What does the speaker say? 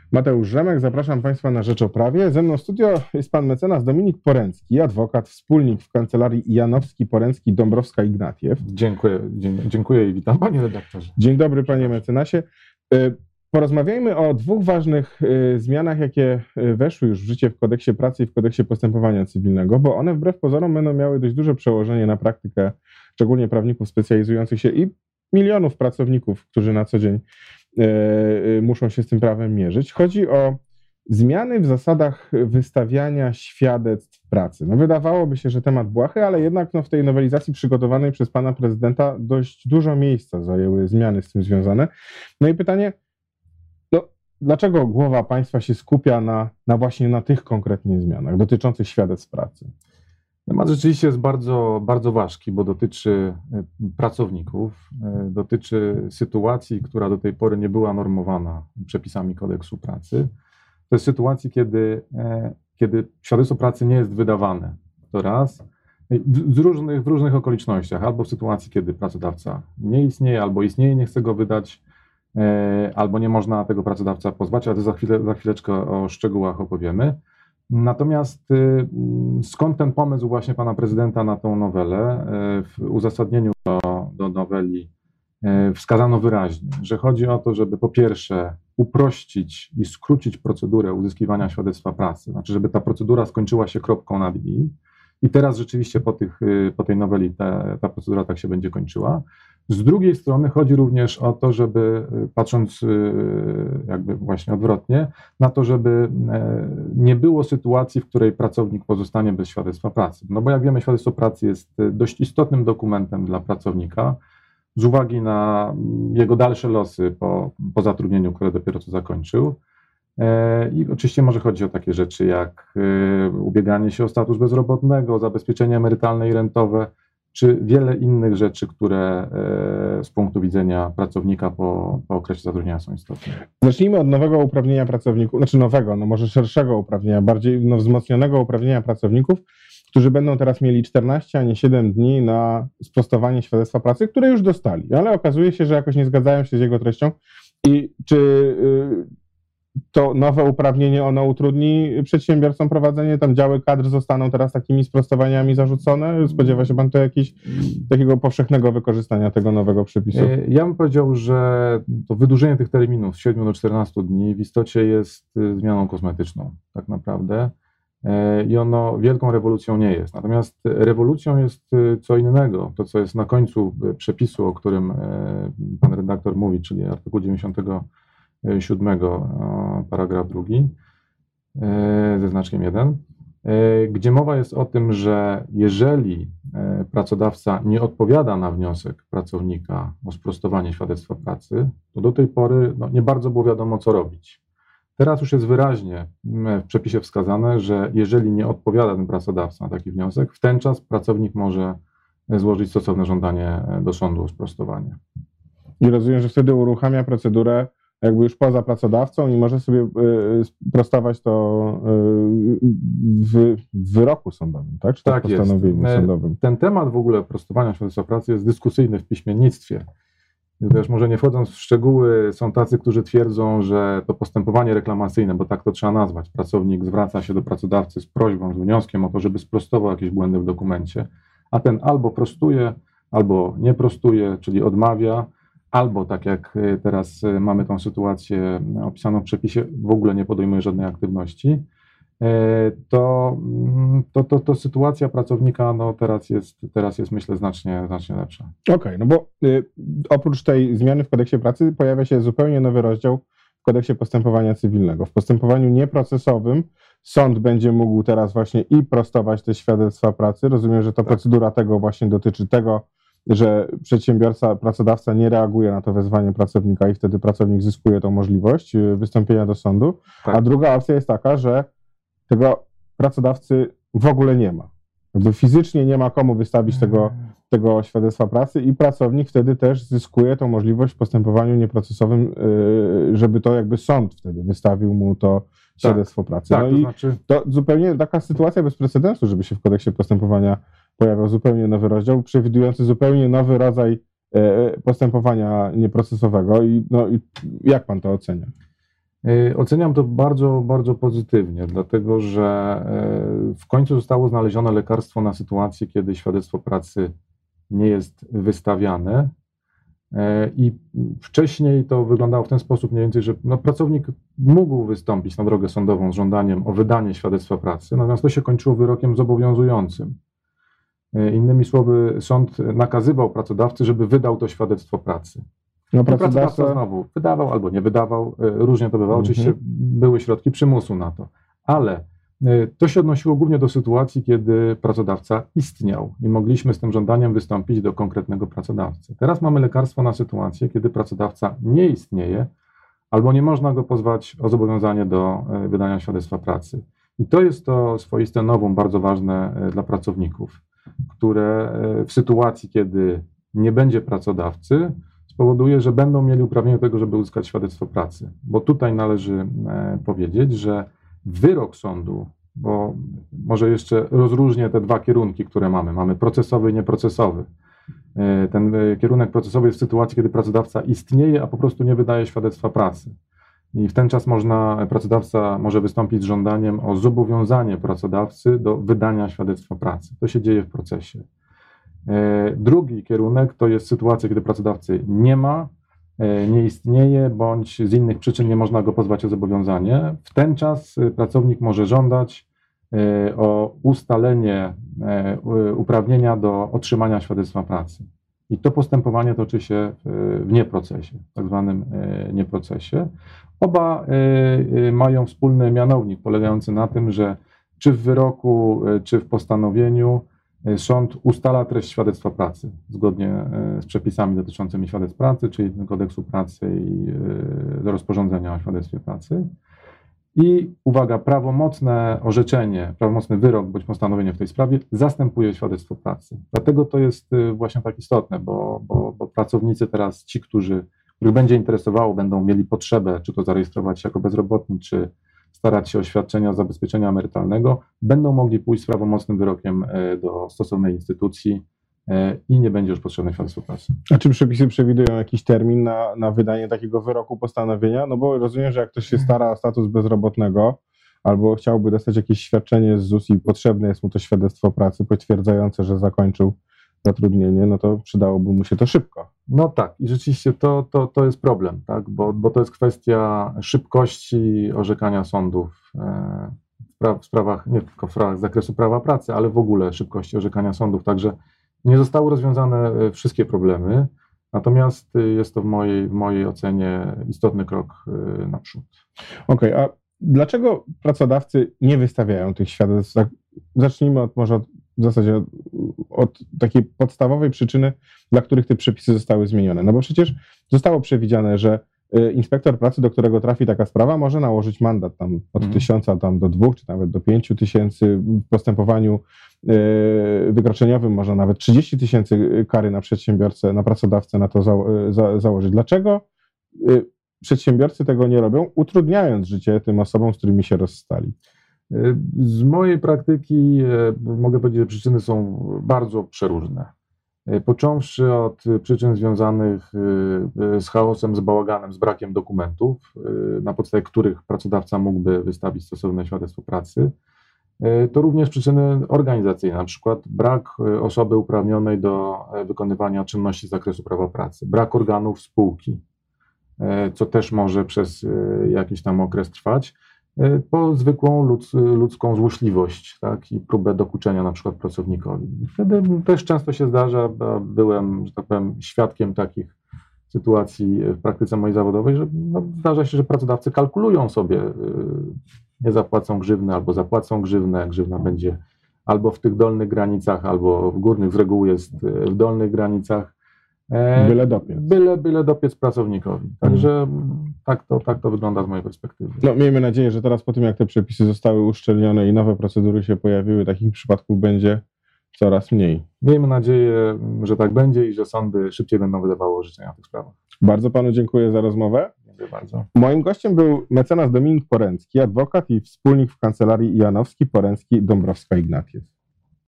Mateusz Rzemek, zapraszam Państwa na Rzecz o Prawie. Ze mną w studio jest pan mecenas Dominik Poręcki, adwokat, wspólnik w kancelarii Janowski-Poręcki-Dąbrowska-Ignatiew. Dziękuję i witam, panie redaktorze. Dzień dobry, panie mecenasie. Porozmawiajmy o dwóch ważnych zmianach, jakie weszły już w życie w Kodeksie Pracy i w Kodeksie Postępowania Cywilnego, bo one wbrew pozorom będą miały dość duże przełożenie na praktykę, szczególnie prawników specjalizujących się i milionów pracowników, którzy na co dzień muszą się z tym prawem mierzyć. Chodzi o zmiany w zasadach wystawiania świadectw pracy. No wydawałoby się, że temat błahy, ale jednak w tej nowelizacji przygotowanej przez pana prezydenta dość dużo miejsca zajęły zmiany z tym związane. No i pytanie, dlaczego głowa państwa się skupia właśnie na tych konkretnie zmianach dotyczących świadectw pracy? Temat rzeczywiście jest bardzo, bardzo ważki, bo dotyczy pracowników, dotyczy sytuacji, która do tej pory nie była normowana przepisami Kodeksu Pracy. To jest sytuacji, kiedy świadectwo pracy nie jest wydawane. To raz. W różnych okolicznościach, albo w sytuacji, kiedy pracodawca nie istnieje, albo istnieje i nie chce go wydać, albo nie można tego pracodawca pozwać, ale to za chwileczkę o szczegółach opowiemy. Natomiast skąd ten pomysł właśnie pana prezydenta na tą nowelę? W uzasadnieniu do noweli wskazano wyraźnie, że chodzi o to, żeby po pierwsze uprościć i skrócić procedurę uzyskiwania świadectwa pracy, znaczy żeby ta procedura skończyła się kropką nad i. I teraz rzeczywiście po tej noweli ta procedura tak się będzie kończyła. Z drugiej strony chodzi również o to, żeby, patrząc jakby właśnie odwrotnie, na to, żeby nie było sytuacji, w której pracownik pozostanie bez świadectwa pracy. No bo jak wiemy, świadectwo pracy jest dość istotnym dokumentem dla pracownika z uwagi na jego dalsze losy po zatrudnieniu, które dopiero co zakończył. I oczywiście może chodzić o takie rzeczy jak ubieganie się o status bezrobotnego, zabezpieczenie emerytalne i rentowe, czy wiele innych rzeczy, które z punktu widzenia pracownika po okresie zatrudnienia są istotne. Zacznijmy od nowego uprawnienia pracowników, znaczy nowego, może szerszego uprawnienia, bardziej wzmocnionego uprawnienia pracowników, którzy będą teraz mieli 14, a nie 7 dni na sprostowanie świadectwa pracy, które już dostali, ale okazuje się, że jakoś nie zgadzają się z jego treścią. I czy to nowe uprawnienie, ono utrudni przedsiębiorcom prowadzenie? Tam działy kadr zostaną teraz takimi sprostowaniami zarzucone? Spodziewa się pan takiego powszechnego wykorzystania tego nowego przepisu? Ja bym powiedział, że to wydłużenie tych terminów z 7 do 14 dni w istocie jest zmianą kosmetyczną tak naprawdę i ono wielką rewolucją nie jest. Natomiast rewolucją jest co innego, to co jest na końcu przepisu, o którym pan redaktor mówi, czyli artykuł 97, paragraf 2, ze znaczkiem 1, gdzie mowa jest o tym, że jeżeli pracodawca nie odpowiada na wniosek pracownika o sprostowanie świadectwa pracy, to do tej pory nie bardzo było wiadomo, co robić. Teraz już jest wyraźnie w przepisie wskazane, że jeżeli nie odpowiada ten pracodawca na taki wniosek, w ten czas pracownik może złożyć stosowne żądanie do sądu o sprostowanie. I rozumiem, że wtedy uruchamia procedurę jakby już poza pracodawcą i może sobie prostować to w wyroku sądowym, tak? Czy tak w postanowieniu sądowym? Ten temat w ogóle prostowania świadectwa pracy jest dyskusyjny w piśmiennictwie. Też może nie wchodząc w szczegóły, są tacy, którzy twierdzą, że to postępowanie reklamacyjne, bo tak to trzeba nazwać, pracownik zwraca się do pracodawcy z prośbą, z wnioskiem o to, żeby sprostował jakieś błędy w dokumencie, a ten albo prostuje, albo nie prostuje, czyli odmawia, albo tak jak teraz mamy tą sytuację opisaną w przepisie, w ogóle nie podejmuje żadnej aktywności, to sytuacja pracownika teraz jest myślę znacznie lepsza. Okej, bo oprócz tej zmiany w Kodeksie Pracy pojawia się zupełnie nowy rozdział w Kodeksie Postępowania Cywilnego. W postępowaniu nieprocesowym sąd będzie mógł teraz właśnie i prostować te świadectwa pracy. Rozumiem, że ta procedura tego właśnie dotyczy tego, że pracodawca nie reaguje na to wezwanie pracownika i wtedy pracownik zyskuje tą możliwość wystąpienia do sądu. Tak. A druga opcja jest taka, że tego pracodawcy w ogóle nie ma. Jakby fizycznie nie ma komu wystawić tego świadectwa pracy i pracownik wtedy też zyskuje tą możliwość w postępowaniu nieprocesowym, żeby to jakby sąd wtedy wystawił mu to świadectwo pracy. Tak, to zupełnie taka sytuacja bez precedensu, żeby się w Kodeksie Postępowania pojawiał zupełnie nowy rozdział, przewidujący zupełnie nowy rodzaj postępowania nieprocesowego. I jak pan to ocenia? Oceniam to bardzo, bardzo pozytywnie, dlatego że w końcu zostało znalezione lekarstwo na sytuację, kiedy świadectwo pracy nie jest wystawiane. I wcześniej to wyglądało w ten sposób mniej więcej, że pracownik mógł wystąpić na drogę sądową z żądaniem o wydanie świadectwa pracy, natomiast to się kończyło wyrokiem zobowiązującym. Innymi słowy, sąd nakazywał pracodawcy, żeby wydał to świadectwo pracy. Pracodawca znowu wydawał albo nie wydawał, różnie to bywało. Oczywiście były środki przymusu na to, ale to się odnosiło głównie do sytuacji, kiedy pracodawca istniał i mogliśmy z tym żądaniem wystąpić do konkretnego pracodawcy. Teraz mamy lekarstwo na sytuację, kiedy pracodawca nie istnieje albo nie można go pozwać o zobowiązanie do wydania świadectwa pracy. I to jest to swoiste novum, bardzo ważne dla pracowników, które w sytuacji, kiedy nie będzie pracodawcy, spowoduje, że będą mieli uprawnienie do tego, żeby uzyskać świadectwo pracy. Bo tutaj należy powiedzieć, że wyrok sądu, bo może jeszcze rozróżnię te dwa kierunki, które mamy. Mamy procesowy i nieprocesowy. Ten kierunek procesowy jest w sytuacji, kiedy pracodawca istnieje, a po prostu nie wydaje świadectwa pracy. I w ten czas pracodawca może wystąpić z żądaniem o zobowiązanie pracodawcy do wydania świadectwa pracy. To się dzieje w procesie. Drugi kierunek to jest sytuacja, kiedy pracodawcy nie ma, nie istnieje, bądź z innych przyczyn nie można go pozwać o zobowiązanie. W ten czas pracownik może żądać o ustalenie uprawnienia do otrzymania świadectwa pracy. I to postępowanie toczy się w nieprocesie, tak zwanym nieprocesie. Oba mają wspólny mianownik polegający na tym, że czy w wyroku, czy w postanowieniu sąd ustala treść świadectwa pracy zgodnie z przepisami dotyczącymi świadectw pracy, czyli kodeksu pracy i rozporządzenia o świadectwie pracy. I uwaga, prawomocne orzeczenie, prawomocny wyrok bądź postanowienie w tej sprawie zastępuje świadectwo pracy. Dlatego to jest właśnie tak istotne, bo pracownicy teraz, ci, których będzie interesowało, będą mieli potrzebę, czy to zarejestrować się jako bezrobotni, czy starać się o świadczenia zabezpieczenia emerytalnego, będą mogli pójść z prawomocnym wyrokiem do stosownej instytucji i nie będzie już potrzebne świadectwo pracy. A czy przepisy przewidują jakiś termin na wydanie takiego wyroku, postanowienia? No bo rozumiem, że jak ktoś się stara o status bezrobotnego albo chciałby dostać jakieś świadczenie z ZUS i potrzebne jest mu to świadectwo pracy potwierdzające, że zakończył zatrudnienie, no to przydałoby mu się to szybko. No tak, i rzeczywiście to jest problem, tak? Bo to jest kwestia szybkości orzekania sądów w sprawach, nie tylko w sprawach z zakresu prawa pracy, ale w ogóle szybkości orzekania sądów. Także nie zostały rozwiązane wszystkie problemy, natomiast jest to w mojej ocenie istotny krok naprzód. Okej, a dlaczego pracodawcy nie wystawiają tych świadectw? Zacznijmy w zasadzie od takiej podstawowej przyczyny, dla których te przepisy zostały zmienione. No bo przecież zostało przewidziane, że inspektor pracy, do którego trafi taka sprawa, może nałożyć mandat tam od 1000 tam do 2 czy nawet do 5000. W postępowaniu wykroczeniowym można nawet 30 000 kary na przedsiębiorcę, na pracodawcę na to założyć. Dlaczego przedsiębiorcy tego nie robią, utrudniając życie tym osobom, z którymi się rozstali? Z mojej praktyki mogę powiedzieć, że przyczyny są bardzo przeróżne. Począwszy od przyczyn związanych z chaosem, z bałaganem, z brakiem dokumentów, na podstawie których pracodawca mógłby wystawić stosowne świadectwo pracy, to również przyczyny organizacyjne, na przykład brak osoby uprawnionej do wykonywania czynności z zakresu prawa pracy, brak organów spółki, co też może przez jakiś tam okres trwać, po zwykłą ludzką złośliwość, tak, i próbę dokuczenia na przykład pracownikowi. Wtedy też często się zdarza, byłem, że tak powiem, świadkiem takich sytuacji w praktyce mojej zawodowej, że zdarza się, że pracodawcy kalkulują sobie, nie zapłacą grzywny albo zapłacą grzywnę, grzywna będzie albo w tych dolnych granicach, albo w górnych, z reguły jest w dolnych granicach. Byle dopiec. Byle dopiec pracownikowi. Także tak to wygląda z mojej perspektywy. No, miejmy nadzieję, że teraz po tym, jak te przepisy zostały uszczelnione i nowe procedury się pojawiły, takich przypadków będzie coraz mniej. Miejmy nadzieję, że tak będzie i że sądy szybciej będą wydawały orzeczenia w tych sprawach. Bardzo panu dziękuję za rozmowę. Dziękuję bardzo. Moim gościem był mecenas Dominik Poręcki, adwokat i wspólnik w kancelarii Janowski, Poręcki, Dąbrowska-Ignatiew.